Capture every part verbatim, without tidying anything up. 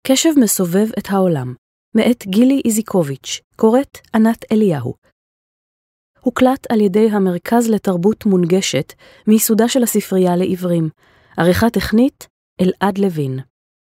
קשב מסובב את העולם, מאת גילי איזיקוביץ', קוראת ענת אליהו. הוקלט על ידי המרכז לתרבות מונגשת מיסודה של הספרייה לעברים. עריכה טכנית אלעד לוין.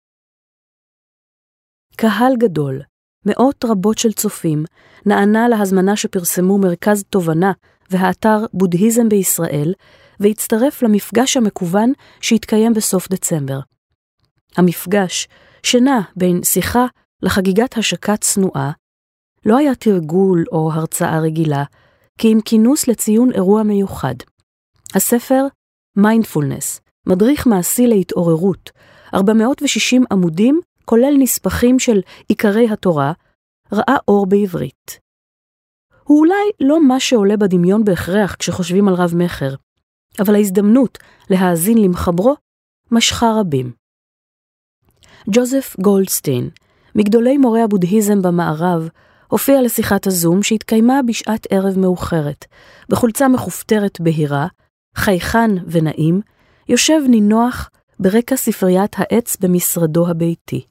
קהל גדול, מאות רבות של צופים, נענה להזמנה שפרסמו מרכז תובנה והאתר בודהיזם בישראל, והצטרף למפגש המקוון שהתקיים בסוף דצמבר. המפגש, שנע בין שיחה לחגיגת השקת צנועה, לא היה תרגול או הרצאה רגילה, כי עם כינוס לציון אירוע מיוחד. הספר מיינדפולנס, מדריך מעשי להתעוררות, ארבע מאות ושישים עמודים, כולל נספחים של עיקרי התורה, ראה אור בעברית. הוא אולי לא מה שעולה בדמיון בהכרח כשחושבים על רב מחר, אבל ההזדמנות להאזין למחברו משכה רבים. ג'וזף גולדסטיין, מגדולי מורי הבודהיזם במערב, הופיע לשיחת הזום שהתקיימה בשעת ערב מאוחרת, בחולצה מחופתרת בהירה, חייכן ונעים, יושב נינוח ברקע ספריית העץ במשרדו הביתי.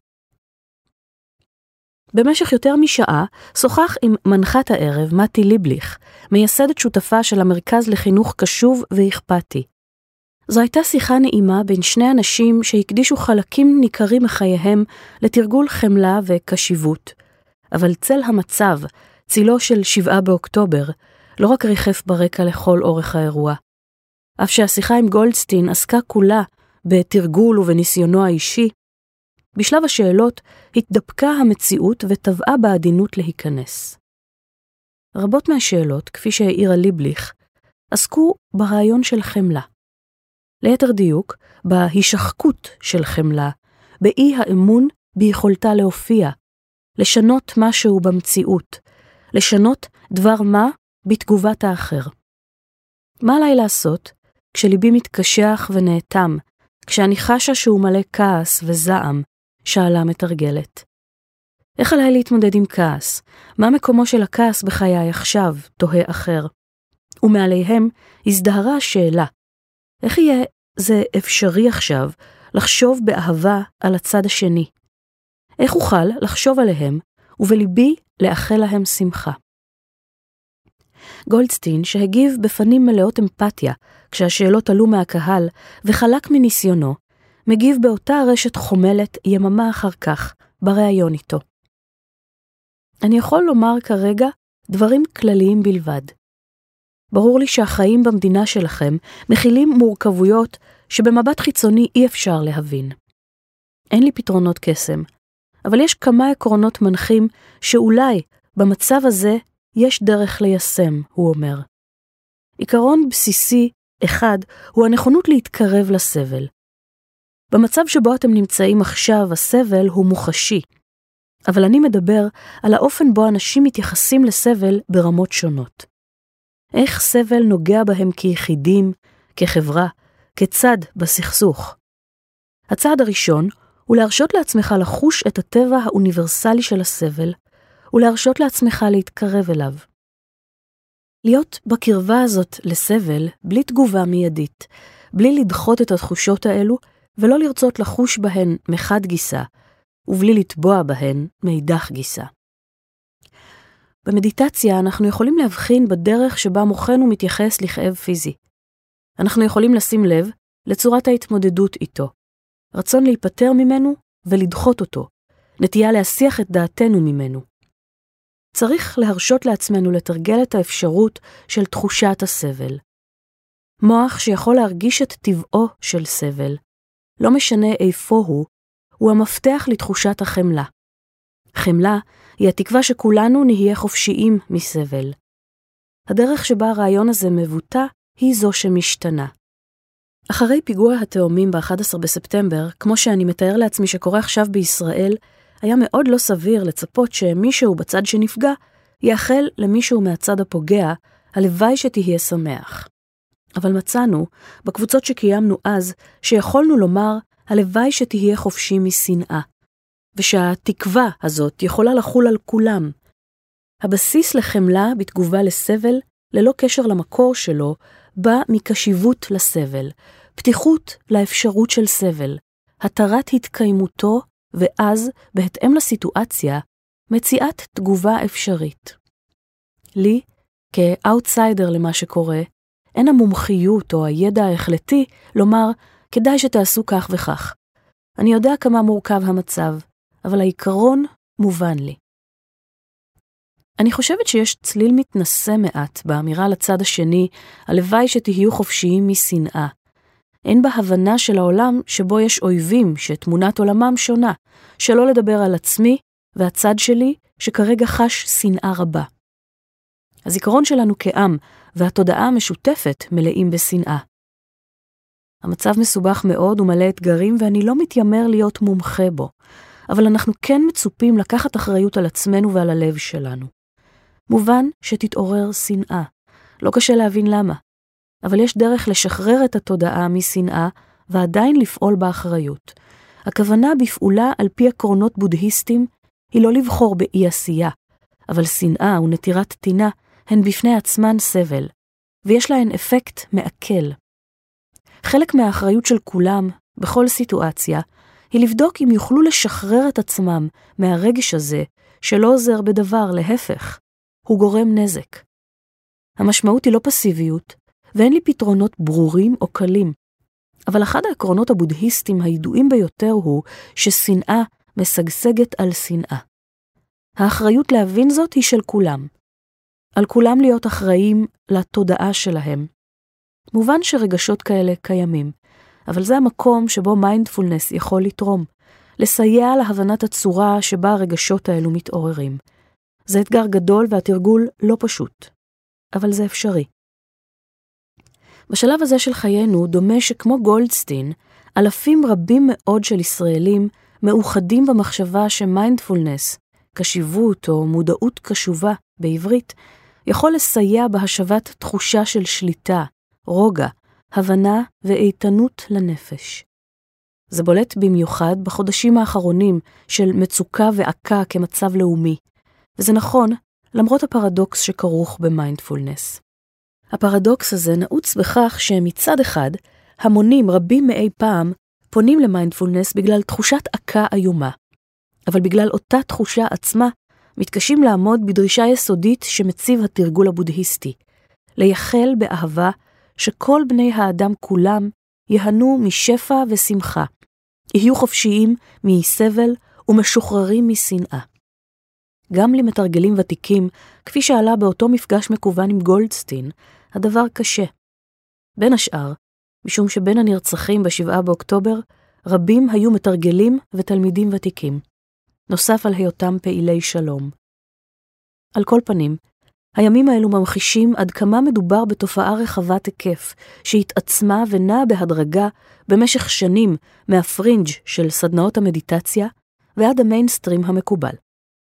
במשך יותר משעה שוחח עם מנחת הערב מתי ליבליך, מייסדת שותפה של המרכז לחינוך קשוב ואכפתי. זו הייתה שיחה נעימה בין שני אנשים שהקדישו חלקים ניכרים מחייהם לתרגול חמלה וקשיבות, אבל צל המצב, צילו של שבעה באוקטובר, לא רק ריחף ברקע לכל אורך האירוע. אף שהשיחה עם גולדסטיין עסקה כולה בתרגול ובניסיונו האישי, בשלב השאלות התדפקה המציאות וטבעה בעדינות להיכנס. רבות מהשאלות, כפי שהעירה ליבליך, עסקו ברעיון של חמלה. ליתר דיוק, בהישחקות של חמלה, באי האמון ביכולתה להופיע, לשנות משהו במציאות, לשנות דבר מה בתגובת האחר. מה עליי לעשות כשליבי מתקשח ונאטם, כשאני חשה שהוא מלא כעס וזעם, שאלה מתרגלת. איך עליי להתמודד עם כעס? מה מקומו של הכעס בחיי עכשיו, תוהה אחר? ומעליהם הזדהרה השאלה, איך יהיה זה אפשרי עכשיו לחשוב באהבה על הצד השני? איך אוכל לחשוב עליהם ובליבי לאחל להם שמחה? גולדסטיין, שהגיב בפנים מלאות אמפתיה כשהשאלות עלו מהקהל וחלק מניסיונו, מגיב באותה רשת חומלת יממה אחר כך בריאיון איתו. אני יכול לומר כרגע דברים כלליים בלבד. ברור לי שהחיים במדינה שלכם מכילים מורכבויות שבמבט חיצוני אי אפשר להבין. אין לי פתרונות קסם, אבל יש כמה עקרונות מנחים שאולי במצב הזה יש דרך ליישם, הוא אומר. עיקרון בסיסי אחד הוא הנכונות להתקרב לסבל. במצב שבו אתם נמצאים עכשיו, הסבל הוא מוחשי, אבל אני מדבר על האופן בו אנשים מתייחסים לסבל ברמות שונות. איך סבל נוגע בהם כיחידים, כחברה, כצד בסכסוך. הצעד הראשון הוא להרשות לעצמך לחוש את הטבע האוניברסלי של הסבל, ולהרשות לעצמך להתקרב אליו. להיות בקרבה הזאת לסבל בלי תגובה מיידית, בלי לדחות את התחושות האלו, ולא לרצות לחוש בהן מחד גיסה, ובלי לטבוע בהן מאידך גיסה. במדיטציה אנחנו יכולים להבחין בדרך שבה מוחנו מתייחס לכאב פיזי. אנחנו יכולים לשים לב לצורת ההתמודדות איתו, רצון להיפטר ממנו ולדחות אותו, נטייה להסיח את דעתנו ממנו. צריך להרשות לעצמנו לתרגל את האפשרות של תחושת הסבל. מוח שיכול להרגיש את טבעו של סבל, לא משנה איפה הוא, הוא המפתח לתחושת החמלה. חמלה היא התקווה שכולנו נהיה חופשיים מסבל. הדרך שבה הרעיון הזה מבוטא היא זו שמשתנה. אחרי פיגוע התאומים ב-אחד עשר בספטמבר, כמו שאני מתאר לעצמי שקורה עכשיו בישראל, היה מאוד לא סביר לצפות שמישהו בצד שנפגע יאחל למישהו מהצד הפוגע, הלוואי שתהיה שמח. אבל מצאנו, בקבוצות שקיימנו אז, שיכולנו לומר, הלוואי שתהיה חופשי משנאה, ושהתקווה הזאת יכולה לחול על כולם. הבסיס לחמלה בתגובה לסבל, ללא קשר למקור שלו, בא מקשיבות לסבל, פתיחות לאפשרות של סבל, התרת התקיימותו ואז, בהתאם לסיטואציה, מציאת תגובה אפשרית. לי, כאוטסיידר למה שקורה, אין המומחיות או הידע ההחלטי לומר, כדאי שתעשו כך וכך. אני יודע כמה מורכב המצב, אבל העיקרון מובן לי. אני חושבת שיש צליל מתנשא מעט באמירה לצד השני, הלוואי שתהיו חופשיים משנאה. אין בה הבנה של העולם שבו יש אויבים שתמונת עולמם שונה, שלא לדבר על עצמי והצד שלי שכרגע חש שנאה רבה. הזיכרון שלנו כעם והתודעה המשותפת מלאים בשנאה. המצב מסובך מאוד ומלא אתגרים ואני לא מתיימר להיות מומחה בו, אבל אנחנו כן מצופים לקחת אחריות על עצמנו ועל הלב שלנו. מובן שתתעורר שנאה, לא קשה להבין למה, אבל יש דרך לשחרר את התודעה משנאה ועדיין לפעול באחריות. הכוונה בפעולה על פי עקרונות בודהיסטים היא לא לבחור באי עשייה, אבל שנאה ונטירת טינה הן בפני עצמן סבל, ויש להן אפקט מעכל. חלק מהאחריות של כולם, בכל סיטואציה, היא לבדוק אם יוכלו לשחרר את עצמם מהרגש הזה, שלא עוזר בדבר, להפך, הוא גורם נזק. המשמעות היא לא פסיביות, ואין לי פתרונות ברורים או קלים, אבל אחד העקרונות הבודהיסטיים הידועים ביותר הוא ששנאה משגשגת על שנאה. האחריות להבין זאת היא של כולם. על כולם להיות אחראים לתודעה שלהם. מובן שרגשות כאלה קיימים, אבל זה המקום שבו מיינדפולנס יכול לתרום, לסייע להבנת הצורה שבה הרגשות האלו מתעוררים. זה אתגר גדול והתרגול לא פשוט, אבל זה אפשרי. בשלב הזה של חיינו דומה שכמו גולדסטין, אלפים רבים מאוד של ישראלים מאוחדים במחשבה שמיינדפולנס, קשיבות או מודעות קשובה בעברית, יכול לסייע בהשבת תחושה של שליטה, רוגע, הבנה ואיתנות לנפש. זה בולט במיוחד בחודשים האחרונים של מצוקה ועקה כמצב לאומי, וזה נכון למרות הפרדוקס שכרוך במיינדפולנס. הפרדוקס הזה נעוץ בכך שמצד אחד, המונים רבים מאי פעם פונים למיינדפולנס בגלל תחושת עקה איומה, אבל בגלל אותה תחושה עצמה, מתקשים לעמוד בדרישה יסודית שמציב התרגול הבודהיסטי, לייחל באהבה שכל בני האדם כולם יהנו משפע ושמחה, יהיו חופשיים מסבל ומשוחררים משנאה. גם למתרגלים ותיקים, כפי שעלה באותו מפגש מקוון עם גולדסטין, הדבר קשה. בין השאר, משום שבין הנרצחים בשבעה באוקטובר, רבים היו מתרגלים ותלמידים ותיקים, נוסף על היותם פעילי שלום. על כל פנים, הימים האלו ממחישים עד כמה מדובר בתופעה רחבת היקף, שהתעצמה ונעה בהדרגה במשך שנים מהפרינג' של סדנאות המדיטציה ועד המיינסטרים המקובל.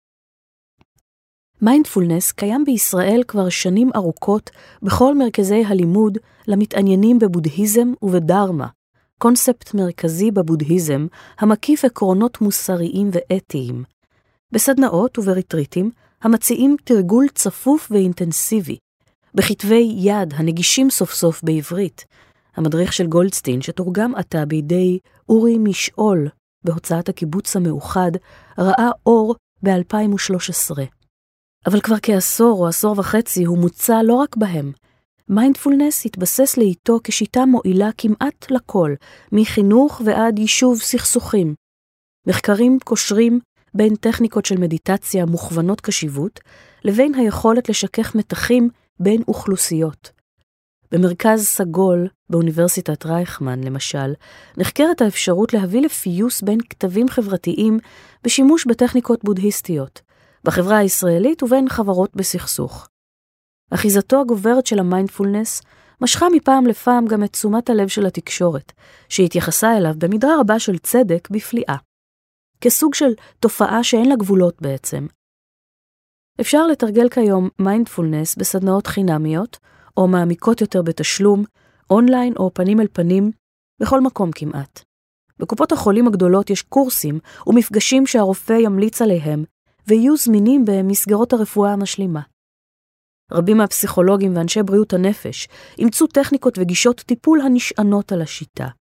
מיינדפולנס קיים בישראל כבר שנים ארוכות בכל מרכזי הלימוד למתעניינים בבודהיזם ובדרמה, קונספט מרכזי בבודהיזם המקיף עקרונות מוסריים ואתיים. בסדנאות ובריטריטים המציעים תרגול צפוף ואינטנסיבי, בכתבי יד הנגישים סוף סוף בעברית, המדריך של גולדסטין שתורגם עתה בידי אורי משעול בהוצאת הקיבוץ המאוחד, ראה אור ב-אלפיים ושלוש עשרה. אבל כבר כעשור או עשור וחצי הוא מוצא לא רק בהם. מיינדפולנס התבסס לאיתו כשיטה מועילה כמעט לכל, מחינוך ועד יישוב סכסוכים. מחקרים קושרים בין טכניקות של מדיטציה מוכוונות קשיבות, לבין היכולת לשכך מתחים בין אוכלוסיות. במרכז סגול, באוניברסיטת רייכמן למשל, נחקרת האפשרות להביא לפיוס בין כתבים חברתיים בשימוש בטכניקות בודהיסטיות, בחברה הישראלית ובין חברות בסכסוך. אחיזתו הגוברת של המיינדפולנס משכה מפעם לפעם גם את תשומת הלב של התקשורת, שהתייחסה אליו במידה רבה של צדק בפליאה, כסוג של תופעה שאין לה גבולות בעצם. אפשר לתרגל כיום מיינדפולנס בסדנאות חינמיות, או מעמיקות יותר בתשלום, אונליין או פנים אל פנים, בכל מקום כמעט. בקופות החולים הגדולות יש קורסים ומפגשים שהרופא ימליץ עליהם, ויהיו זמינים במסגרות הרפואה המשלימה. רבים מהפסיכולוגים ואנשי בריאות הנפש אימצו טכניקות וגישות טיפול הנשענות על השיטה.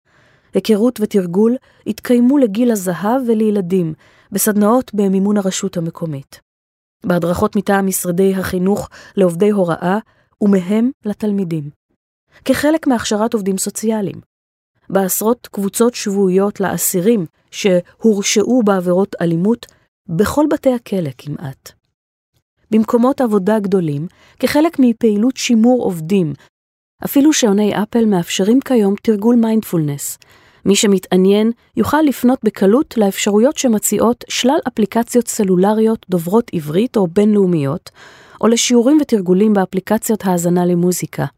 היכרות ותרגול התקיימו לגיל הזהב ולילדים, בסדנאות במימון הרשות המקומית. בהדרכות מטעם משרדי החינוך לעובדי הוראה ומהם לתלמידים. כחלק מהכשרת עובדים סוציאליים. בעשרות קבוצות שבועיות לאסירים שהורשעו בעבירות אלימות בכל בתי הכלא כמעט. במקומות עבודה גדולים, כחלק מפעילות שימור עובדים, אפילו שעוני אפל מאפשרים כיום תרגול מיינדפולנס. מי שמתעניין יוכל לפנות בקלות לאפשרויות שמציעות שלל אפליקציות סלולריות דוברות עברית או בינלאומיות, או לשיעורים ותרגולים באפליקציות האזנה למוזיקה.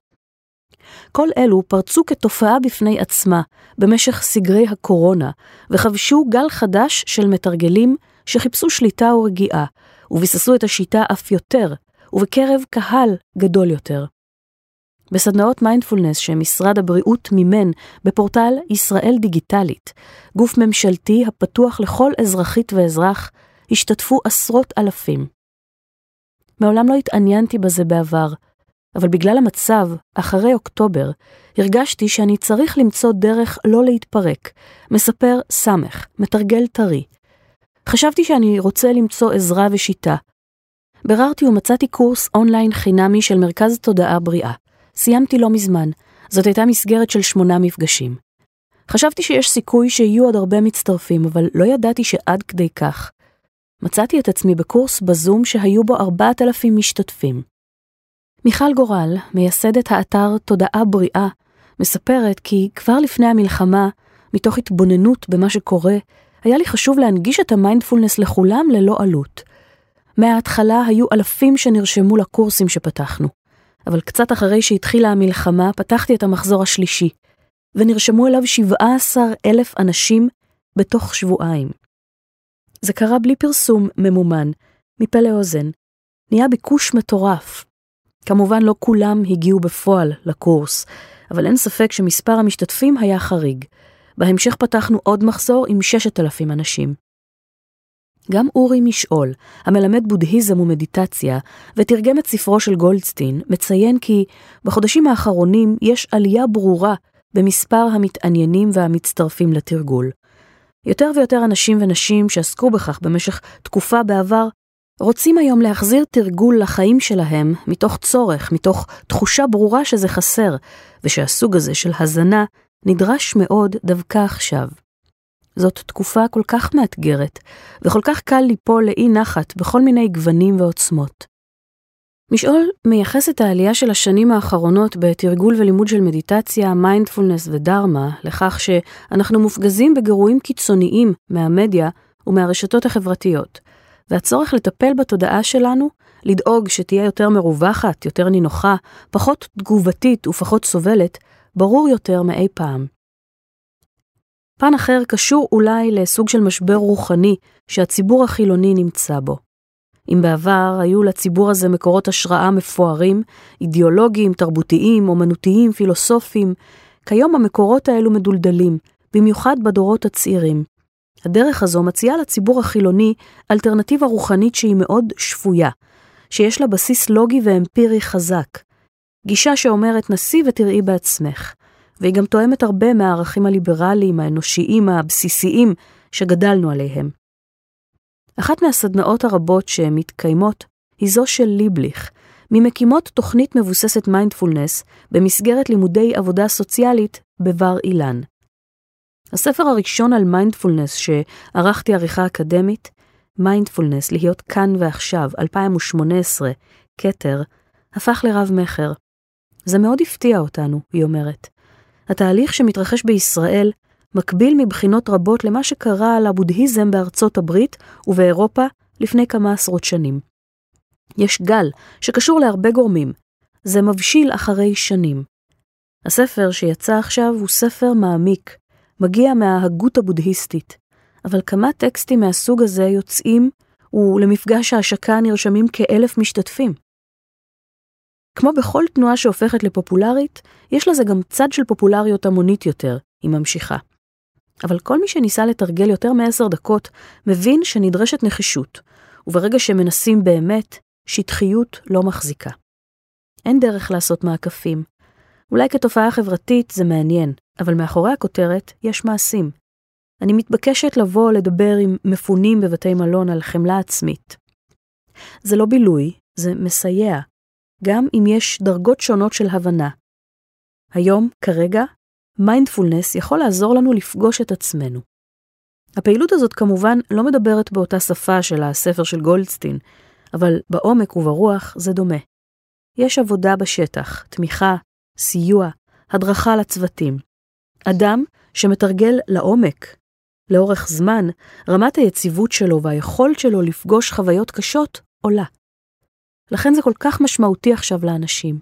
כל אלו פרצו כתופעה בפני עצמה במשך סגרי הקורונה, וחבשו גל חדש של מתרגלים שחיפשו שליטה ורגיעה, וביססו את השיטה אף יותר, ובקרב קהל גדול יותר. בסדנאות מיינדפולנס שמשרד הבריאות מימן בפורטל ישראל דיגיטלית, גוף ממשלתי הפתוח לכל אזרחית ואזרח, השתתפו עשרות אלפים. מעולם לא התעניינתי בזה בעבר, אבל בגלל המצב, אחרי אוקטובר, הרגשתי שאני צריך למצוא דרך לא להתפרק, מספר סמך, מתרגל טרי. חשבתי שאני רוצה למצוא עזרה ושיטה. בררתי ומצאתי קורס אונליין חינמי של מרכז תודעה בריאה. סיימתי לא מזמן, זאת הייתה מסגרת של שמונה מפגשים. חשבתי שיש סיכוי שיהיו עוד הרבה מצטרפים, אבל לא ידעתי שעד כדי כך. מצאתי את עצמי בקורס בזום שהיו בו ארבעת אלפים משתתפים. מיכל גורל, מייסדת האתר תודעה בריאה, מספרת כי כבר לפני המלחמה, מתוך התבוננות במה שקורה, היה לי חשוב להנגיש את המיינדפולנס לכולם ללא עלות. מההתחלה היו אלפים שנרשמו לקורסים שפתחנו, אבל קצת אחרי שהתחילה המלחמה פתחתי את המחזור השלישי, ונרשמו אליו שבעה עשר אלף אנשים בתוך שבועיים. זה קרה בלי פרסום ממומן, מפה לאוזן. נהיה ביקוש מטורף. כמובן לא כולם הגיעו בפועל לקורס, אבל אין ספק שמספר המשתתפים היה חריג. בהמשך פתחנו עוד מחזור עם ששת אלפים אנשים. גם אורי משאול, המלמד בודהיזם ומדיטציה, ותרגם את ספרו של גולדסטין, מציין כי בחודשים האחרונים יש עלייה ברורה במספר המתעניינים והמצטרפים לתרגול. יותר ויותר אנשים ונשים שעסקו בכך במשך תקופה בעבר, רוצים היום להחזיר תרגול לחיים שלהם מתוך צורך, מתוך תחושה ברורה שזה חסר, ושהסוג הזה של הזנה נדרש מאוד דווקא עכשיו. זאת תקופה כל כך מאתגרת, וכל כך קל ליפול לאי נחת בכל מיני גוונים ועוצמות. משאול מייחס את העלייה של השנים האחרונות בתרגול ולימוד של מדיטציה, מיינדפולנס ודרמה, לכך שאנחנו מופגזים בגירויים קיצוניים מהמדיה ומהרשתות החברתיות, והצורך לטפל בתודעה שלנו, לדאוג שתהיה יותר מרווחת, יותר נינוחה, פחות תגובתית ופחות סובלת, ברור יותר מאי פעם. פן אחר קשור אולי לסוג של משבר רוחני שהציבור החילוני נמצא בו. אם בעבר היו לציבור הזה מקורות השראה מפוארים, אידיאולוגיים, תרבותיים, אומנותיים, פילוסופיים, כיום המקורות האלו מדולדלים, במיוחד בדורות הצעירים. הדרך הזו מציעה לציבור החילוני אלטרנטיבה רוחנית שהיא מאוד שפויה, שיש לה בסיס לוגי ואמפירי חזק. גישה שאומרת נסי ותראי בעצמך, והיא גם תואמת הרבה מהערכים הליברליים, האנושיים, הבסיסיים שגדלנו עליהם. אחת מהסדנאות הרבות שמתקיימות היא זו של ליבליך, ממקימות תוכנית מבוססת מיינדפולנס במסגרת לימודי עבודה סוציאלית בבר אילן. הספר הראשון על מיינדפולנס שערכתי עריכה אקדמית, מיינדפולנס, להיות כאן ועכשיו, אלפיים ושמונה עשרה, כתר, הפך לרב מחר. זה מאוד הפתיע אותנו, היא אומרת. התהליך שמתרחש בישראל מקביל מבחינות רבות למה שקרה על הבודהיזם בארצות הברית ובאירופה לפני כמה עשרות שנים. יש גל שקשור להרבה גורמים. זה מבשיל אחרי שנים. הספר שיצא עכשיו הוא ספר מעמיק, מגיע מההגות הבודהיסטית, אבל כמה טקסטים מהסוג הזה יוצאים ולמפגש ההשקה נרשמים כאלף משתתפים. כמו בכל תנועה שהופכת לפופולרית, יש לזה גם צד של פופולריות המונית יותר, היא ממשיכה. אבל כל מי שניסה לתרגל יותר מעשר דקות, מבין שנדרשת נחישות, וברגע שמנסים באמת, שטחיות לא מחזיקה. אין דרך לעשות מעקפים. אולי כתופעה חברתית זה מעניין, אבל מאחורי הכותרת יש מעשים. אני מתבקשת לבוא לדבר עם מפונים בבתי מלון על חמלה עצמית. זה לא בילוי, זה מסייע, גם אם יש דרגות שונות של הבנה. היום, כרגע, מיינדפולנס יכול לעזור לנו לפגוש את עצמנו. הפעילות הזאת כמובן לא מדברת באותה שפה של הספר של גולדסטין, אבל בעומק וברוח זה דומה. יש עבודה בשטח, תמיכה, סיוע, הדרכה לצוותים. אדם שמתרגל לעומק, לאורך זמן, רמת היציבות שלו והיכולת שלו לפגוש חוויות קשות עולה. לכן זה כל כך משמעותי עכשיו לאנשים.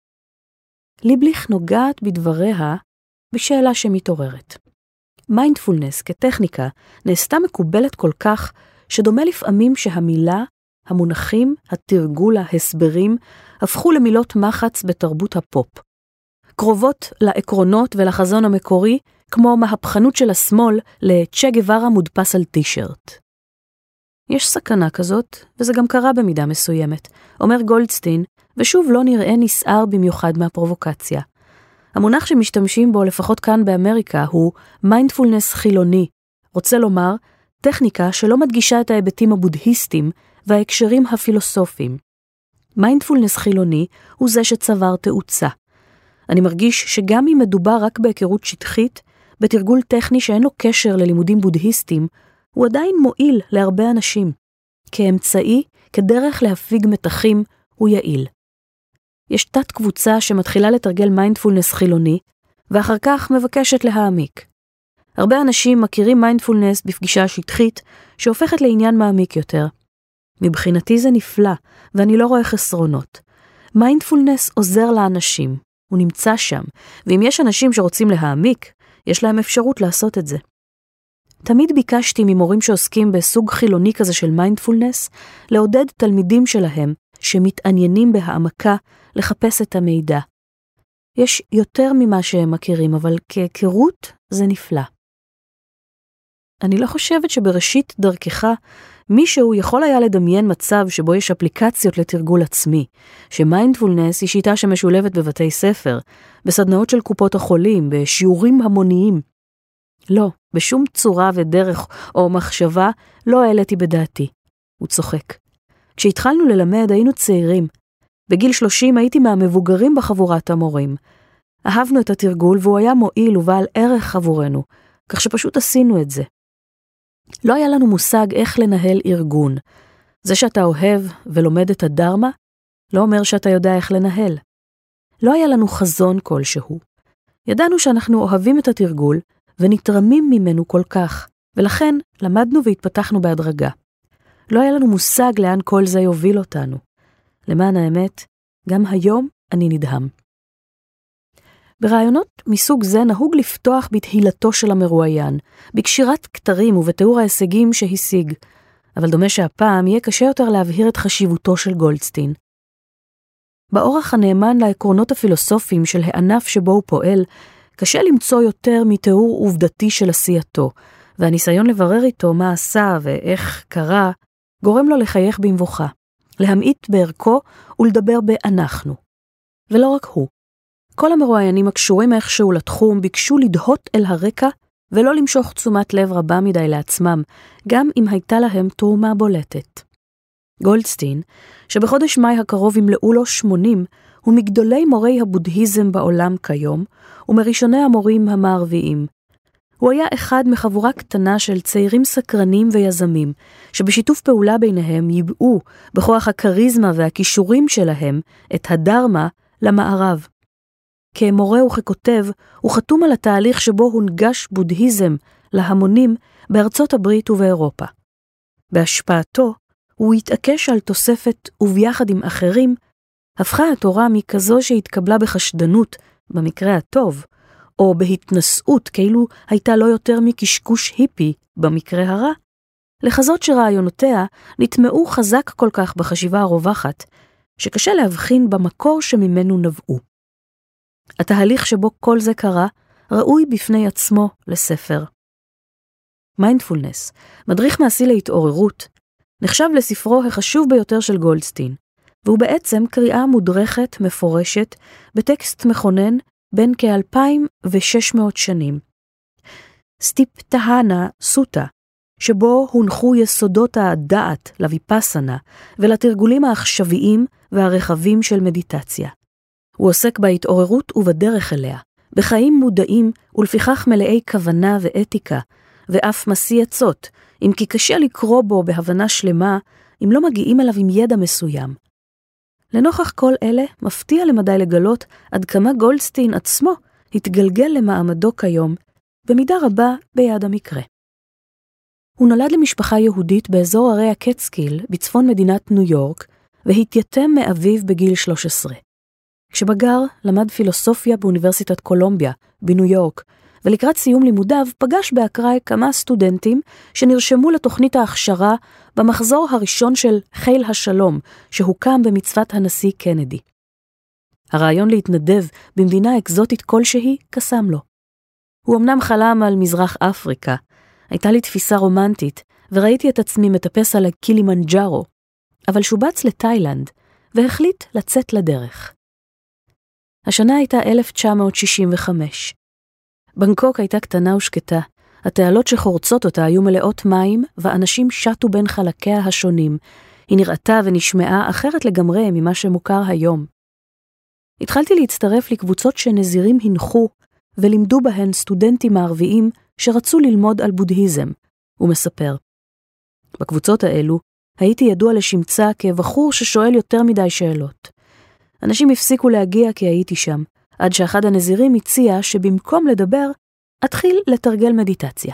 ליבליך נוגעת בדבריה בשאלה שמתעוררת. מיינדפולנס כטכניקה נעשתה מקובלת כל כך שדומה לפעמים שהמילה, המונחים, התרגול, ההסברים, הפכו למילות מחץ בתרבות הפופ. קרובות לעקרונות ולחזון המקורי, כמו מהפכנות של השמאל לצ'ה גווארה מודפס על טישרט. יש סכנה כזאת, וזה גם קרה במידה מסוימת, אומר גולדסטין, ושוב לא נראה נסער במיוחד מהפרובוקציה. המונח שמשתמשים בו, לפחות כאן באמריקה, הוא מיינדפולנס חילוני, רוצה לומר, טכניקה שלא מדגישה את ההיבטים הבודהיסטיים וההקשרים הפילוסופיים. מיינדפולנס חילוני הוא זה שצבר תאוצה. אני מרגיש שגם אם מדובר רק בהיכרות שטחית, בתרגול טכני שאין לו קשר ללימודים בודהיסטיים, הוא עדיין מועיל להרבה אנשים. כאמצעי, כדרך להפיג מתחים, הוא יעיל. יש תת קבוצה שמתחילה לתרגל מיינדפולנס חילוני, ואחר כך מבקשת להעמיק. הרבה אנשים מכירים מיינדפולנס בפגישה שטחית, שהופכת לעניין מעמיק יותר. מבחינתי זה נפלא, ואני לא רואה חסרונות. מיינדפולנס עוזר לאנשים, הוא נמצא שם, ואם יש אנשים שרוצים להעמיק, יש להם אפשרות לעשות את זה. תמיד ביקשתי ממורים שעוסקים בסוג חילוני כזה של מיינדפולנס, לעודד תלמידים שלהם שמתעניינים בהעמקה לחפש את המידע. יש יותר ממה שהם מכירים, אבל כהיכרות זה נפלא. אני לא חושבת שבראשית דרכך מישהו יכול היה לדמיין מצב שבו יש אפליקציות לתרגול עצמי, שמיינדפולנס היא שיטה שמשולבת בבתי ספר, בסדנאות של קופות החולים, בשיעורים המוניים. לא, בשום צורה ודרך או מחשבה לא העליתי בדעתי. הוא צוחק. כשהתחלנו ללמד היינו צעירים. בגיל שלושים הייתי מהמבוגרים בחבורת המורים. אהבנו את התרגול והוא היה מועיל ובעל ערך עבורנו, כך שפשוט עשינו את זה. לא היה לנו מושג איך לנהל ארגון. זה שאתה אוהב ולומד את הדרמה, לא אומר שאתה יודע איך לנהל. לא היה לנו חזון כלשהו. ידענו שאנחנו אוהבים את התרגול ונתרמים ממנו כל כך, ולכן למדנו והתפתחנו בהדרגה. לא היה לנו מושג לאן כל זה יוביל אותנו. למען האמת, גם היום אני נדהם. ברעיונות מסוג זה נהוג לפתוח בתהילתו של המרואיין, בקשירת כתרים ובתיאור ההישגים שהשיג, אבל דומה שהפעם יהיה קשה יותר להבהיר את חשיבותו של גולדסטין. באורח הנאמן לעקרונות הפילוסופיים של הענף שבו הוא פועל, קשה למצוא יותר מתיאור עובדתי של עשייתו, והניסיון לברר איתו מה עשה ואיך קרה, גורם לו לחייך במבוכה, להמעיט בערכו ולדבר באנחנו. ולא רק הוא. כל המרואיינים הקשורים איכשהו לתחום ביקשו לדהות אל הרקע ולא למשוך תשומת לב רבה מדי לעצמם, גם אם הייתה להם תרומה בולטת. גולדסטין, שבחודש מאי הקרוב ימלאו לו שמונים, הוא מגדולי מורי הבודהיזם בעולם כיום, ומראשוני המורים המערביים. הוא היה אחד מחבורה קטנה של צעירים סקרנים ויזמים, שבשיתוף פעולה ביניהם ייבאו בכוח הקריזמה והכישורים שלהם את הדרמה למערב. כמורה וככותב, הוא חתום על התהליך שבו הונגש בודהיזם להמונים בארצות הברית ובאירופה. בהשפעתו, הוא התעקש על תוספת וביחד עם אחרים, הפכה התורה מכזו שהתקבלה בחשדנות, במקרה הטוב, או בהתנשאות כאילו הייתה לא יותר מקשקוש היפי, במקרה הרע, לחזות שרעיונותיה נטמעו חזק כל כך בחשיבה הרווחת, שקשה להבחין במקור שממנו נבעו. התהליך שבו כל זה קרה, ראוי בפני עצמו לספר. מיינדפולנס, מדריך מעשי להתעוררות, נחשב לספרו החשוב ביותר של גולדסטין, והוא בעצם קריאה מודרכת, מפורשת, בטקסט מכונן, בן כאלפיים ושש מאות שנים. סטיפטהנה סוטה, שבו הונחו יסודות הדעת לויפסנה ולתרגולים העכשוויים והרחבים של מדיטציה. הוא עוסק בהתעוררות ובדרך אליה, בחיים מודעים ולפיכך מלאי כוונה ואתיקה, ואף משיא עצות, אם כי קשה לקרוא בו בהבנה שלמה, אם לא מגיעים אליו עם ידע מסוים. לנוכח כל אלה, מפתיע למדי לגלות עד כמה גולדסטין עצמו התגלגל למעמדו כיום, במידה רבה ביד המקרה. הוא נולד למשפחה יהודית באזור הרי הקטסקיל בצפון מדינת ניו יורק, והתייתם מאביו בגיל שלוש עשרה. כשבגר למד פילוסופיה באוניברסיטת קולומביה בניו יורק, ולקראת סיום לימודיו פגש באקראי כמה סטודנטים שנרשמו לתוכנית ההכשרה במחזור הראשון של חיל השלום, שהוקם במצוות הנשיא קנדי. הרעיון להתנדב במדינה אקזוטית כלשהי קסם לו. הוא אמנם חלם על מזרח אפריקה, הייתה לי תפיסה רומנטית, וראיתי את עצמי מטפס על הקילימנג'ארו, אבל שובץ לתאילנד, והחליט לצאת לדרך. השנה הייתה אלף תשע מאות שישים וחמש. בנקוק הייתה קטנה ושקטה, התעלות שחורצות אותה היו מלאות מים, ואנשים שטו בין חלקיה השונים. היא נראתה ונשמעה אחרת לגמרי ממה שמוכר היום. התחלתי להצטרף לקבוצות שנזירים הנחו, ולימדו בהן סטודנטים מערביים שרצו ללמוד על בודהיזם, הוא מספר. בקבוצות האלו הייתי ידוע לשמצה כבחור ששואל יותר מדי שאלות. אנשים הפסיקו להגיע כי הייתי שם, עד שאחד הנזירים הציע שבמקום לדבר, אתחיל לתרגל מדיטציה.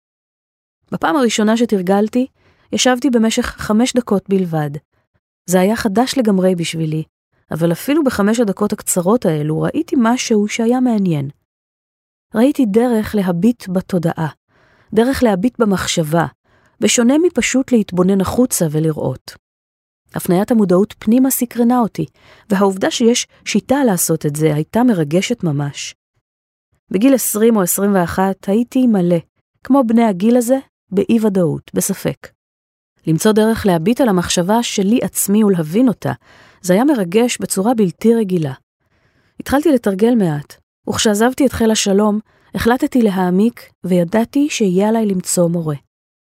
בפעם הראשונה שתרגלתי, ישבתי במשך חמש דקות בלבד. זה היה חדש לגמרי בשבילי, אבל אפילו בחמש הדקות הקצרות האלו ראיתי משהו שהיה מעניין. ראיתי דרך להביט בתודעה, דרך להביט במחשבה, בשונה מפשוט להתבונן החוצה ולראות. הפניית המודעות פנימה סקרנה אותי, והעובדה שיש שיטה לעשות את זה הייתה מרגשת ממש. בגיל עשרים או עשרים ואחת הייתי מלא, כמו בני הגיל הזה, באי ודאות, בספק. למצוא דרך להביט על המחשבה שלי עצמי ולהבין אותה, זה היה מרגש בצורה בלתי רגילה. התחלתי לתרגל מעט, וכשעזבתי את חיל השלום, החלטתי להעמיק וידעתי שיהיה עליי למצוא מורה.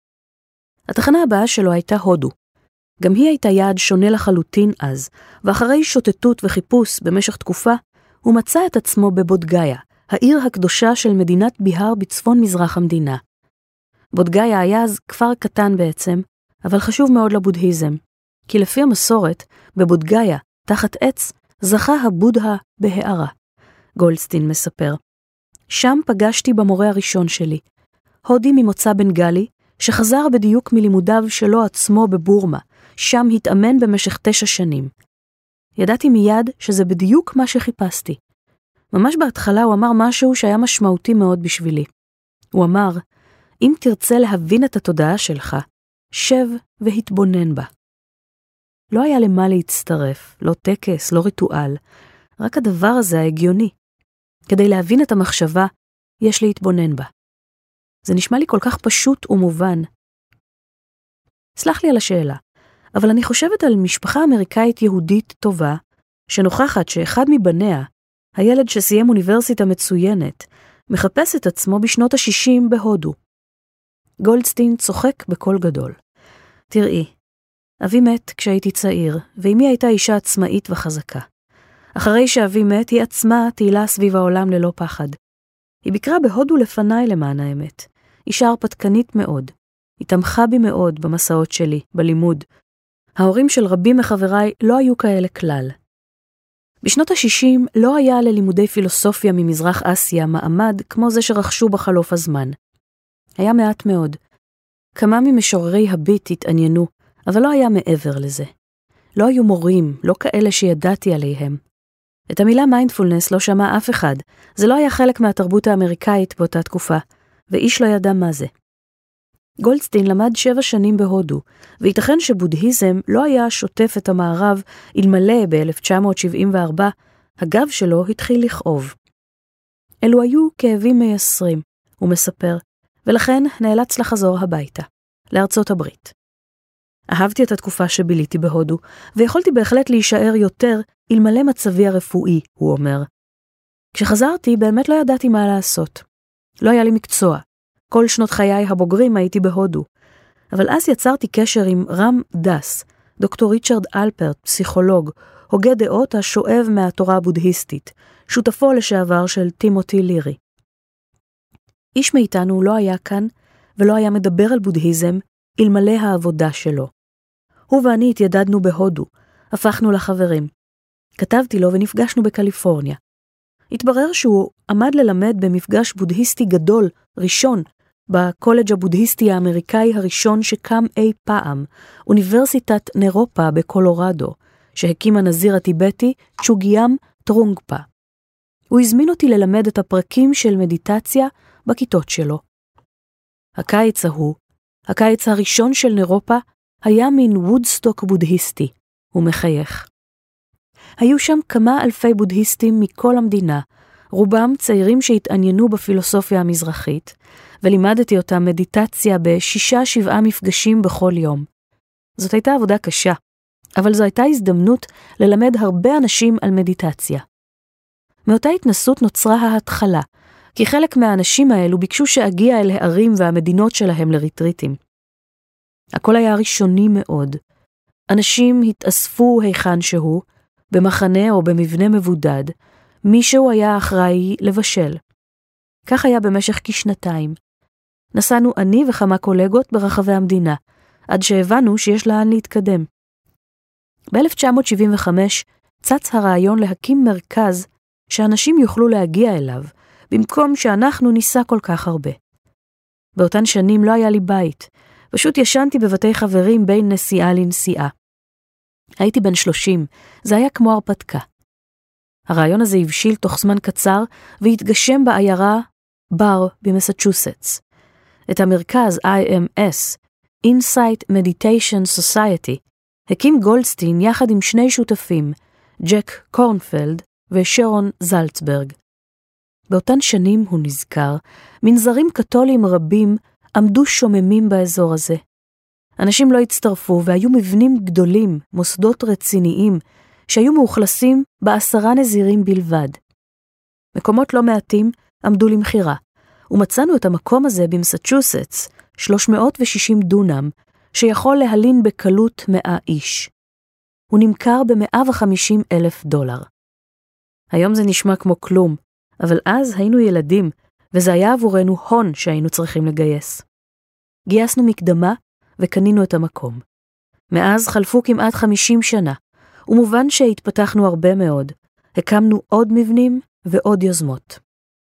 התחנה הבאה שלו הייתה הודו. גם היא הייתה יעד שונה לחלוטין אז, ואחרי שוטטות וחיפוש במשך תקופה, הוא מצא את עצמו בבודגאיה, העיר הקדושה של מדינת ביהר בצפון מזרח המדינה. בודגאיה היה אז כפר קטן בעצם, אבל חשוב מאוד לבודהיזם, כי לפי המסורת, בבודגאיה, תחת עץ, זכה הבודהה בהערה. גולדסטין מספר. שם פגשתי במורה הראשון שלי, הודי ממוצא בנגלי, שחזר בדיוק מלימודיו שלו עצמו בבורמה, שם התאמן במשך תשע שנים. ידעתי מיד שזה בדיוק מה שחיפשתי. ממש בהתחלה הוא אמר משהו שהיה משמעותי מאוד בשבילי. הוא אמר, אם תרצה להבין את התודעה שלך, שב והתבונן בה. לא היה למה להצטרף, לא טקס, לא ריטואל, רק הדבר הזה ההגיוני. כדי להבין את המחשבה, יש להתבונן בה. זה נשמע לי כל כך פשוט ומובן. סלח לי על השאלה, אבל אני חושבת על משפחה אמריקאית יהודית טובה, שנוכחת שאחד מבניה, הילד שסיים אוניברסיטה מצוינת, מחפש את עצמו בשנות ה-שישים בהודו. גולדסטין צוחק בקול גדול. תראי, אבי מת כשהייתי צעיר, ואמי הייתה אישה עצמאית וחזקה. אחרי שאבי מת, היא עצמה תהילה סביב העולם ללא פחד. היא ביקרה בהודו לפניי למען האמת. אישה הרפתקנית מאוד. היא תמכה בי מאוד במסעות שלי, בלימוד. ההורים של רבים מחבריי לא היו כאלה כלל. בשנות ה-שישים לא היה ללימודי פילוסופיה ממזרח אסיה מעמד כמו זה שרכשו בחלוף הזמן. היה מעט מאוד. כמה ממשוררי הביט התעניינו, אבל לא היה מעבר לזה. לא היו מורים, לא כאלה שידעתי עליהם. את המילה מיינדפולנס לא שמע אף אחד, זה לא היה חלק מהתרבות האמריקאית באותה תקופה, ואיש לא ידע מה זה. גולדסטין למד שבע שנים בהודו, וייתכן שבודהיזם לא היה שוטף את המערב, אלמלא ב-אלף תשע מאות שבעים וארבע, הגב שלו התחיל לכאוב. אלו היו כאבים מייסרים, הוא מספר, ולכן נאלץ לחזור הביתה, לארצות הברית. אהבתי את התקופה שביליתי בהודו, ויכולתי בהחלט להישאר יותר אלמלא מצבי הרפואי, הוא אומר. כשחזרתי באמת לא ידעתי מה לעשות. לא היה לי מקצוע. כל שנות חיי הבוגרים הייתי בהודו. אבל אז יצרתי קשר עם רם דס, דוקטור ריצ'רד אלפרט, פסיכולוג, הוגה דעות השואב מהתורה הבודהיסטית, שותפו לשעבר של טימותי לירי. איש מאיתנו לא היה כאן ולא היה מדבר על בודהיזם אלמלא העבודה שלו. הוא ואני התיידדנו בהודו, הפכנו לחברים. כתבתי לו ונפגשנו בקליפורניה. התברר שהוא עמד ללמד במפגש בודהיסטי גדול, ראשון, בקולג' הבודהיסטי האמריקאי הראשון שקם אי פעם, אוניברסיטת נרופה בקולורדו, שהקים הנזיר הטיבטי צ'וגיאם טרונגפה. הוא הזמין אותי ללמד את הפרקים של מדיטציה בכיתות שלו. הקיץ ההוא, הקיץ הראשון של נרופה, היה מין וודסטוק בודהיסטי, הוא מחייך. היו שם כמה אלפי בודהיסטים מכל המדינה, רובם צעירים שהתעניינו בפילוסופיה המזרחית, ולימדתי אותם מדיטציה בשישה שבעה מפגשים בכל יום. זאת הייתה עבודה קשה, אבל זו הייתה הזדמנות ללמד הרבה אנשים על מדיטציה. מאותה התנסות נוצרה ההתחלה, כי חלק מהאנשים האלו ביקשו שאגיע אל הערים והמדינות שלהם לריטריטים. הכל היה ראשוני מאוד. אנשים התאספו היכן שהוא, במחנה או במבנה מבודד, מישהו היה אחראי לבשל. כך היה במשך כשנתיים. נסענו אני וכמה קולגות ברחבי המדינה, עד שהבנו שיש לאן להתקדם. ב-אלף תשע מאות שבעים וחמש צץ הרעיון להקים מרכז שאנשים יוכלו להגיע אליו, במקום שאנחנו ניסע כל כך הרבה. באותן שנים לא היה לי בית, פשוט ישנתי בבתי חברים בין נסיעה לנסיעה. הייתי בן שלושים, זה היה כמו הרפתקה. הרעיון הזה הבשיל תוך זמן קצר והתגשם בעיירה בר במסצ'וסטס. את המרכז איי אם אס, Insight Meditation Society, הקים גולדסטין יחד עם שני שותפים, ג'ק קורנפלד ושרון זלצברג. באותן שנים, הוא נזכר, מנזרים קתולים רבים עמדו שוממים באזור הזה. אנשים לא הצטרפו והיו מבנים גדולים, מוסדות רציניים, שהיו מאוכלסים בעשרה נזירים בלבד. מקומות לא מעטים עמדו למחירה, ומצאנו את המקום הזה במסצ'וסטס, שלוש מאות ושישים דונם, שיכול להלין בקלות מאה איש. הוא נמכר ב-מאה וחמישים אלף דולר. היום זה נשמע כמו כלום, אבל אז היינו ילדים, וזה היה עבורנו הון שהיינו צריכים לגייס. גייסנו מקדמה וקנינו את המקום. מאז חלפו כמעט חמישים שנה, ומובן שהתפתחנו הרבה מאוד. הקמנו עוד מבנים ועוד יוזמות.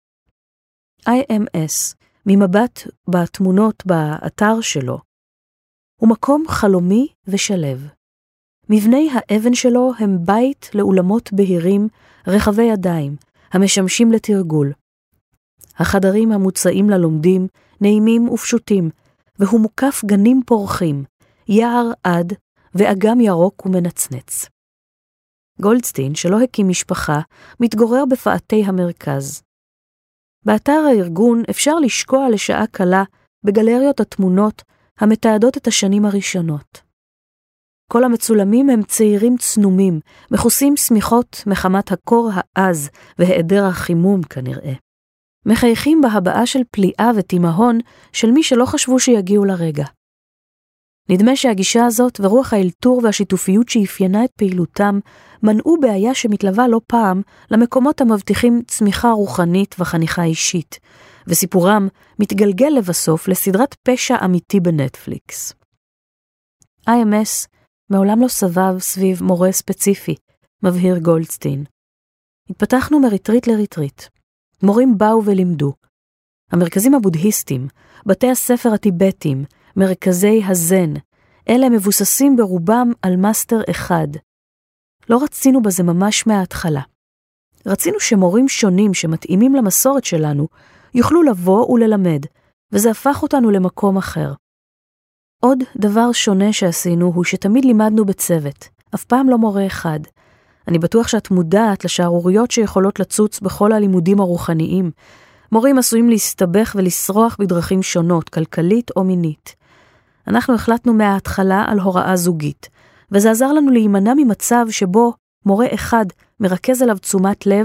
איי אם אס, ממבט בתמונות באתר שלו, הוא מקום חלומי ושלב. מבני האבן שלו הם בית לאולמות בהירים, רחבי ידיים, המשמשים לתרגול. החדרים המוצאים ללומדים, נעימים ופשוטים, והוא מוקף גנים פורחים, יער עד ואגם ירוק ומנצנץ. גולדסטין, שלא הקים משפחה, מתגורר בפאתי המרכז. באתר הארגון אפשר לשקוע לשעה קלה בגלריות התמונות המתעדות את השנים הראשונות. כל המצולמים הם צעירים צנומים, מכוסים סמיכות מחמת הקור העז והיעדר החימום כנראה. מחייכים בהבעה של פליאה ותימהון של מי שלא חשבו שיגיעו לרגע. נדמה שהגישה הזאת ורוח האלתור והשיתופיות שאפיינה את פעילותם מנעו בעיה שמתלווה לא פעם למקומות המבטיחים צמיחה רוחנית וחניכה אישית, וסיפורם מתגלגל לבסוף לסדרת פשע אמיתי בנטפליקס. איי אם אס מעולם לא סבב סביב מורה ספציפי, מבהיר גולדסטין. התפתחנו מריטריט לריטריט. מורים באו ולימדו. המרכזים הבודהיסטיים, בתי הספר הטיבטיים, מרכזי הזן, אלה מבוססים ברובם על מאסטר אחד. לא רצינו בזה ממש מההתחלה. רצינו שמורים שונים שמתאימים למסורת שלנו יוכלו לבוא וללמד, וזה הפך אותנו למקום אחר. עוד דבר שונה שעשינו הוא שתמיד לימדנו בצוות, אף פעם לא מורה אחד. אני בטוח שאת מודעת לשערוריות שיכולות לצוץ בכל הלימודים הרוחניים. מורים עשויים להסתבך ולסרוח בדרכים שונות, כלכלית או מינית. אנחנו החלטנו מההתחלה על הוראה זוגית, וזה עזר לנו להימנע ממצב שבו מורה אחד מרכז עליו תשומת לב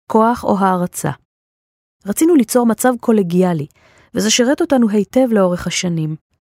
כוח או הערצה. רצינו ליצור מצב קולגיאלי, וזה שרת אותנו היטב לאורך השנים.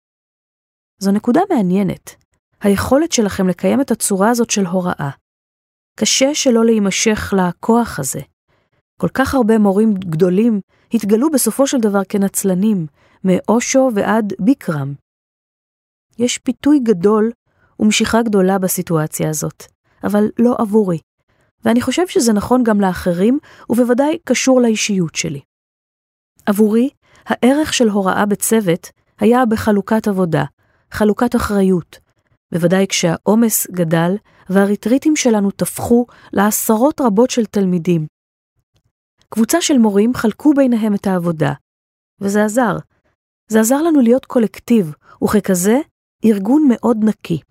זו נקודה מעניינת, היכולת שלכם לקיים את הצורה הזאת של הוראה. קשה שלא להימשך לכוח הזה. כל כך הרבה מורים גדולים התגלו בסופו של דבר כנצלנים, מאושו ועד ביקרם. יש פיתוי גדול ומשיכה גדולה בסיטואציה הזאת, אבל לא עבורי. ואני חושב שזה נכון גם לאחרים, ובוודאי קשור לאישיות שלי. עבורי, הערך של הוראה בצוות היה בחלוקת עבודה, חלוקת אחריות, בוודאי כשהעומס גדל והריטריטים שלנו תפחו לעשרות רבות של תלמידים. קבוצה של מורים חלקו ביניהם את העבודה, וזה עזר. זה עזר לנו להיות קולקטיב, וככזה, ארגון מאוד נקי.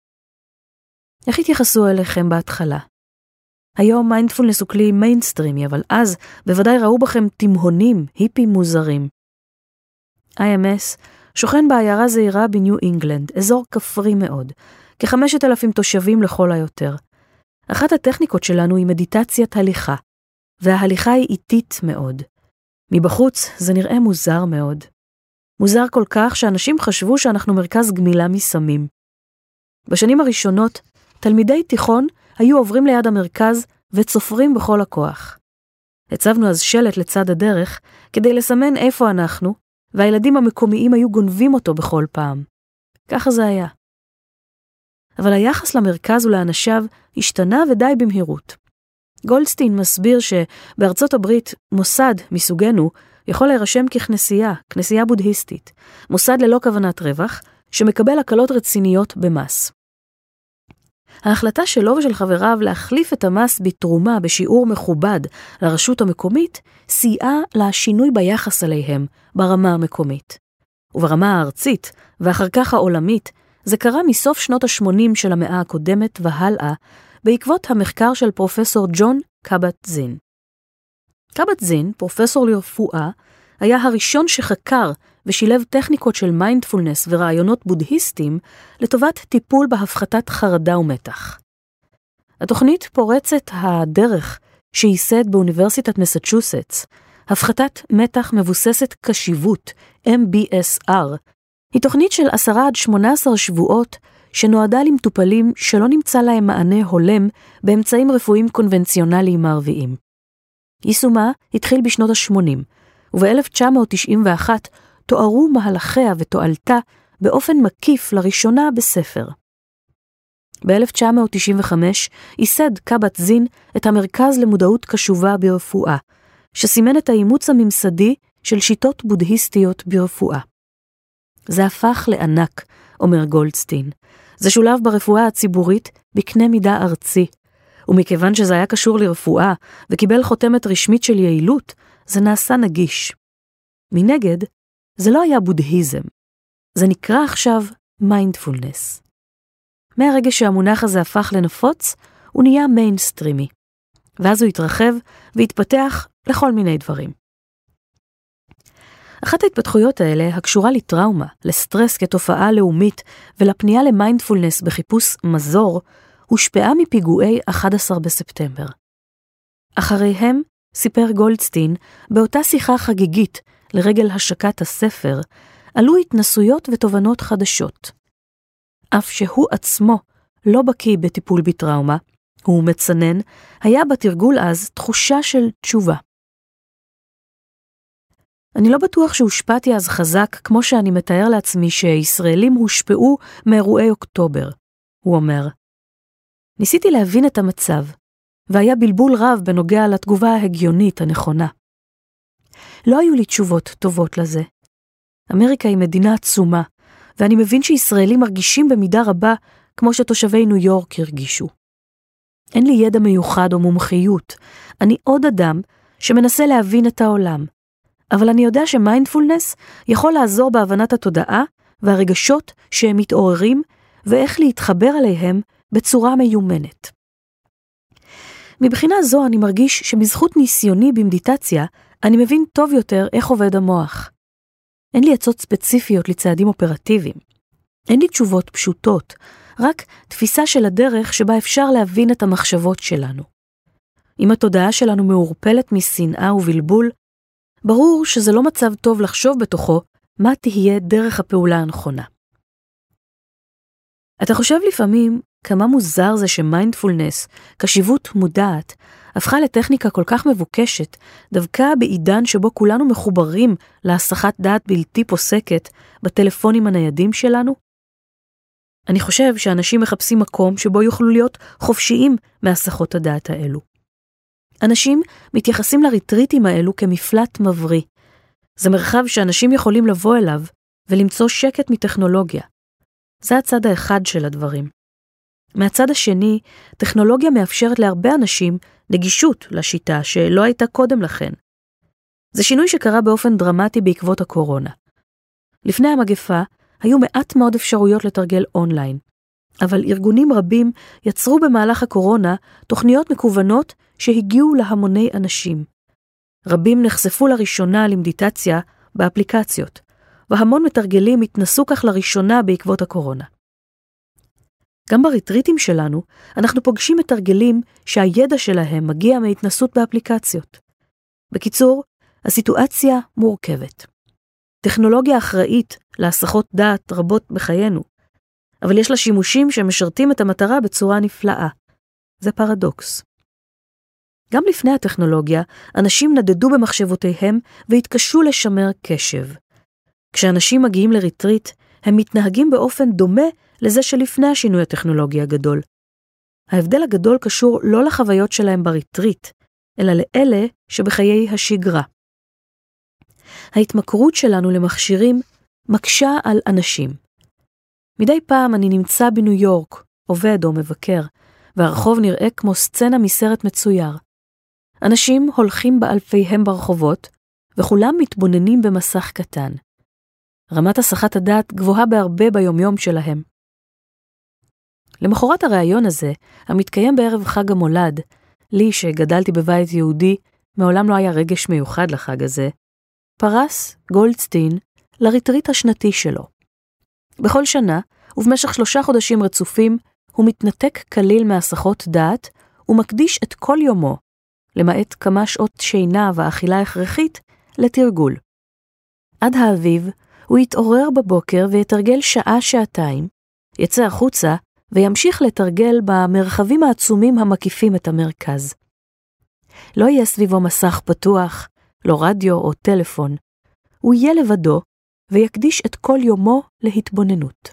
איך התייחסו אליכם בהתחלה? היום מיינדפולנס הוא כלי מיינסטרימי, אבל אז בוודאי ראו בכם תימהונים, היפים מוזרים. איי אם אס שוכן בעיירה זעירה בניו אינגלנד, אזור כפרי מאוד, כ-חמשת אלפים תושבים לכל היותר. אחת הטכניקות שלנו היא מדיטציית הליכה, וההליכה היא איטית מאוד. מבחוץ זה נראה מוזר מאוד. מוזר כל כך שאנשים חשבו שאנחנו מרכז גמילה מסמים. בשנים הראשונות, תלמידי תיכון היו עוברים ליד המרכז וצופרים בכל הכוח. הצבנו אז שלט לצד הדרך כדי לסמן איפה אנחנו, והילדים המקומיים היו גונבים אותו בכל פעם. ככה זה היה. אבל היחס למרכז ולאנשיו השתנה ודי במהירות. גולדסטין מסביר שבארצות הברית מוסד מסוגנו יכול להירשם ככנסייה, כנסייה בודהיסטית, מוסד ללא כוונת רווח, שמקבל הקלות רציניות במס. ההחלטה שלו ושל חבריו להחליף את המס בתרומה בשיעור מכובד לרשות המקומית, סייעה לשינוי ביחס עליהם ברמה המקומית. וברמה הארצית, ואחר כך העולמית, זה קרה מסוף שנות ה-שמונים של המאה הקודמת והלאה, בעקבות המחקר של פרופסור ג'ון קבת-זין. קבת-זין, פרופסור לרפואה, היה הראשון שחקר ושילב טכניקות של מיינדפולנס ורעיונות בודהיסטיים לטובת טיפול בהפחתת חרדה ומתח. התוכנית פורצת הדרך שייסד באוניברסיטת מסצ'וסטס, הפחתת מתח מבוססת קשיבות, אם בי אס אר, היא תוכנית של עשרה עד שמונה עשר שבועות שנועדה למטופלים שלא נמצא להם מענה הולם באמצעים רפואיים קונבנציונליים מערביים. יישומה התחיל בשנות ה-שמונים, וב-אלף תשע מאות תשעים ואחת תוארו מהלכיה ותועלתה באופן מקיף לראשונה בספר. ב-אלף תשע מאות תשעים וחמש ייסד קבת-זין את המרכז למודעות קשובה ברפואה, שסימן את האימוץ הממסדי של שיטות בודהיסטיות ברפואה. זה הפך לענק, אומר גולדסטין. זה שולב ברפואה הציבורית בקנה מידה ארצי, ומכיוון שזה היה קשור לרפואה וקיבל חותמת רשמית של יעילות, זה נעשה נגיש. מנגד, זה לא היה בודהיזם. זה נקרא עכשיו מיינדפולנס. מהרגע שהמונח הזה הפך לנפוץ, הוא נהיה מיינסטרימי. ואז הוא התרחב והתפתח לכל מיני דברים. אחת ההתפתחויות האלה הקשורה לטראומה, לסטרס כתופעה לאומית ולפנייה למיינדפולנס בחיפוש מזור, הושפעה מפיגועי אחד עשר בספטמבר. אחריהם, סיפר גולדסטין, באותה שיחה חגיגית לרגל השקת הספר, עלו התנסויות ותובנות חדשות. אף שהוא עצמו לא בקיא בטיפול בטראומה, הוא מצנן, היה בתרגול אז תחושה של תשובה. אני לא בטוח שהושפעתי אז חזק כמו שאני מתאר לעצמי שישראלים הושפעו מאירועי אוקטובר, הוא אומר. ניסיתי להבין את המצב, והיה בלבול רב בנוגע לתגובה ההגיונית הנכונה. לא היו לי תשובות טובות לזה. אמריקה היא מדינה עצומה, ואני מבין שישראלים מרגישים במידה רבה כמו שתושבי ניו יורק הרגישו. אין לי ידע מיוחד או מומחיות, אני עוד אדם שמנסה להבין את העולם, אבל אני יודע שמיינדפולנס יכול לעזור בהבנת התודעה והרגשות שהם מתעוררים ואיך להתחבר עליהם בצורה מיומנת. מבחינה זו אני מרגיש שבזכות ניסיוני במדיטציה אני מבין טוב יותר איך עובד המוח. אין לי עצות ספציפיות לצעדים אופרטיביים. אין לי תשובות פשוטות, רק תפיסה של הדרך שבה אפשר להבין את המחשבות שלנו. אם התודעה שלנו מעורפלת משנאה ובלבול, ברור שזה לא מצב טוב לחשוב בתוכו מה תהיה דרך הפעולה הנכונה. אתה חושב לפעמים כמה מוזר זה שמיינדפולנס, קשיבות מודעת, הפכה לטכניקה כל כך מבוקשת, דווקא בעידן שבו כולנו מחוברים להסחת דעת בלתי פוסקת בטלפונים הניידים שלנו? אני חושב שאנשים מחפשים מקום שבו יוכלו להיות חופשיים מהסחות הדעת האלו. אנשים מתייחסים לריטריטים האלו כמפלט מבריא. זה מרחב שאנשים יכולים לבוא אליו ולמצוא שקט מטכנולוגיה. זה הצד האחד של הדברים. מהצד השני, טכנולוגיה מאפשרת להרבה אנשים נגישות לשיטה שלא הייתה קודם לכן. זה שינוי שקרה באופן דרמטי בעקבות הקורונה. לפני המגפה היו מעט מאוד אפשרויות לתרגל אונליין, אבל ארגונים רבים יצרו במהלך הקורונה תוכניות מקוונות שהגיעו להמוני אנשים. רבים נחשפו לראשונה למדיטציה באפליקציות, והמון מתרגלים התנסו כך לראשונה בעקבות הקורונה. גם בריטריטים שלנו אנחנו פוגשים מתרגלים שהידע שלהם מגיע מהתנסות באפליקציות. בקיצור, הסיטואציה מורכבת. טכנולוגיה אחראית להסחות דעת רבות בחיינו, אבל יש לה שימושים שמשרתים את המטרה בצורה נפלאה. זה פרדוקס. גם לפני הטכנולוגיה, אנשים נדדו במחשבותיהם והתקשו לשמר קשב. כשאנשים מגיעים לריטריט, הם מתנהגים באופן דומה לזה שלפני השינוי הטכנולוגי הגדול. ההבדל הגדול קשור לא לחוויות שלהם בריטריט, אלא לאלה שבחיי השגרה. ההתמכרות שלנו למכשירים מקשה על אנשים. מדי פעם אני נמצא בניו יורק, עובד או מבקר, והרחוב נראה כמו סצנה מסרט מצויר. אנשים הולכים באלפיהם ברחובות, וכולם מתבוננים במסך קטן. רמת הסחת הדעת גבוהה בהרבה ביומיום שלהם. למחרת הראיון הזה, המתקיים בערב חג המולד, לי שגדלתי בבית יהודי, מעולם לא היה רגש מיוחד לחג הזה, פרס גולדסטין לריטריט השנתי שלו. בכל שנה, ובמשך שלושה חודשים רצופים, הוא מתנתק כליל מהסחות דעת, ומקדיש את כל יומו, למעט כמה שעות שינה והאכילה הכרחית, לתרגול. עד האביב, הוא יתעורר בבוקר ויתרגל שעה-שעתיים, יצא החוצה וימשיך לתרגל במרחבים העצומים המקיפים את המרכז. לא יהיה סביבו מסך פתוח, לא רדיו או טלפון. הוא יהיה לבדו ויקדיש את כל יומו להתבוננות.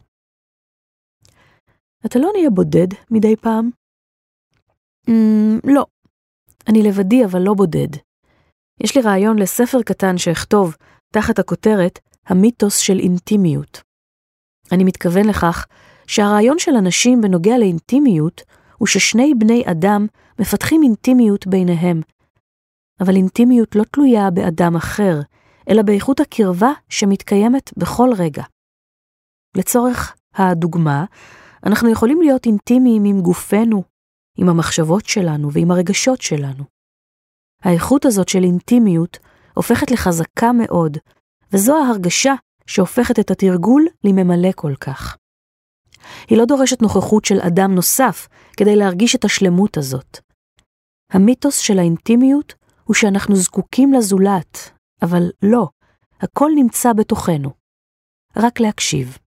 אתה לא נהיה בודד מדי פעם? Mm, לא. אני לבדי אבל לא בודד. יש לי רעיון לספר קטן שאכתוב תחת הכותרת המיתוס של אינטימיות. אני מתכוון לכך שהרעיון של אנשים בנוגע לאינטימיות הוא ששני בני אדם מפתחים אינטימיות ביניהם. אבל אינטימיות לא תלויה באדם אחר, אלא באיכות הקרבה שמתקיימת בכל רגע. לצורך הדוגמה, אנחנו יכולים להיות אינטימיים עם גופנו, עם המחשבות שלנו ועם הרגשות שלנו. האיכות הזאת של אינטימיות הופכת לחזקה מאוד, וזו ההרגשה שהופכת את התרגול לממלא כל כך. היא לא דורשת נוכחות של אדם נוסף כדי להרגיש את השלמות הזאת. המיתוס של האינטימיות הוא שאנחנו זקוקים לזולת, אבל לא, הכל נמצא בתוכנו. רק להקשיב.